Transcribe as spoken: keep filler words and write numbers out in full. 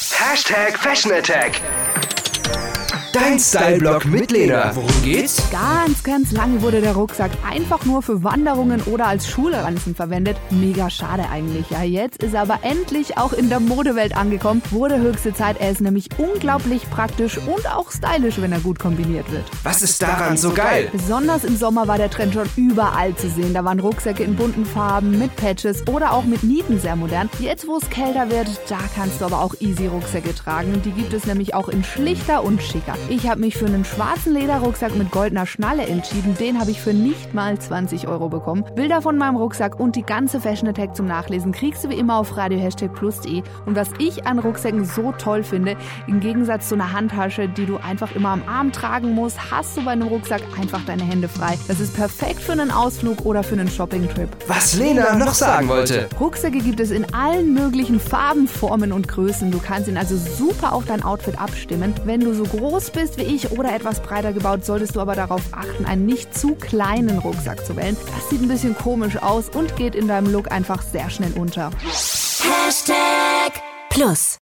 Hashtag Fashion Attack. Dein Style-Blog mit Lena. Worum geht's? Ganz, ganz lange wurde der Rucksack einfach nur für Wanderungen oder als Schulranzen verwendet. Mega schade eigentlich. Ja, jetzt ist er aber endlich auch in der Modewelt angekommen. Wurde höchste Zeit. Er ist nämlich unglaublich praktisch und auch stylisch, wenn er gut kombiniert wird. Was ist daran so geil? Besonders im Sommer war der Trend schon überall zu sehen. Da waren Rucksäcke in bunten Farben, mit Patches oder auch mit Nieten sehr modern. Jetzt, wo es kälter wird, da kannst du aber auch easy Rucksäcke tragen. Die gibt es nämlich auch in schlichter und schicker. Ich habe mich für einen schwarzen Lederrucksack mit goldener Schnalle entschieden. Den habe ich für nicht mal zwanzig Euro bekommen. Bilder von meinem Rucksack und die ganze Fashion Attack zum Nachlesen kriegst du wie immer auf radio plus punkt de. Und was ich an Rucksäcken so toll finde, im Gegensatz zu einer Handtasche, die du einfach immer am Arm tragen musst, hast du bei einem Rucksack einfach deine Hände frei. Das ist perfekt für einen Ausflug oder für einen Shoppingtrip. Was Lena noch sagen wollte. Rucksäcke gibt es in allen möglichen Farben, Formen und Größen. Du kannst ihn also super auf dein Outfit abstimmen. Wenn du so groß bist wie ich oder etwas breiter gebaut, solltest du aber darauf achten, einen nicht zu kleinen Rucksack zu wählen. Das sieht ein bisschen komisch aus und geht in deinem Look einfach sehr schnell unter. Hashtag Plus.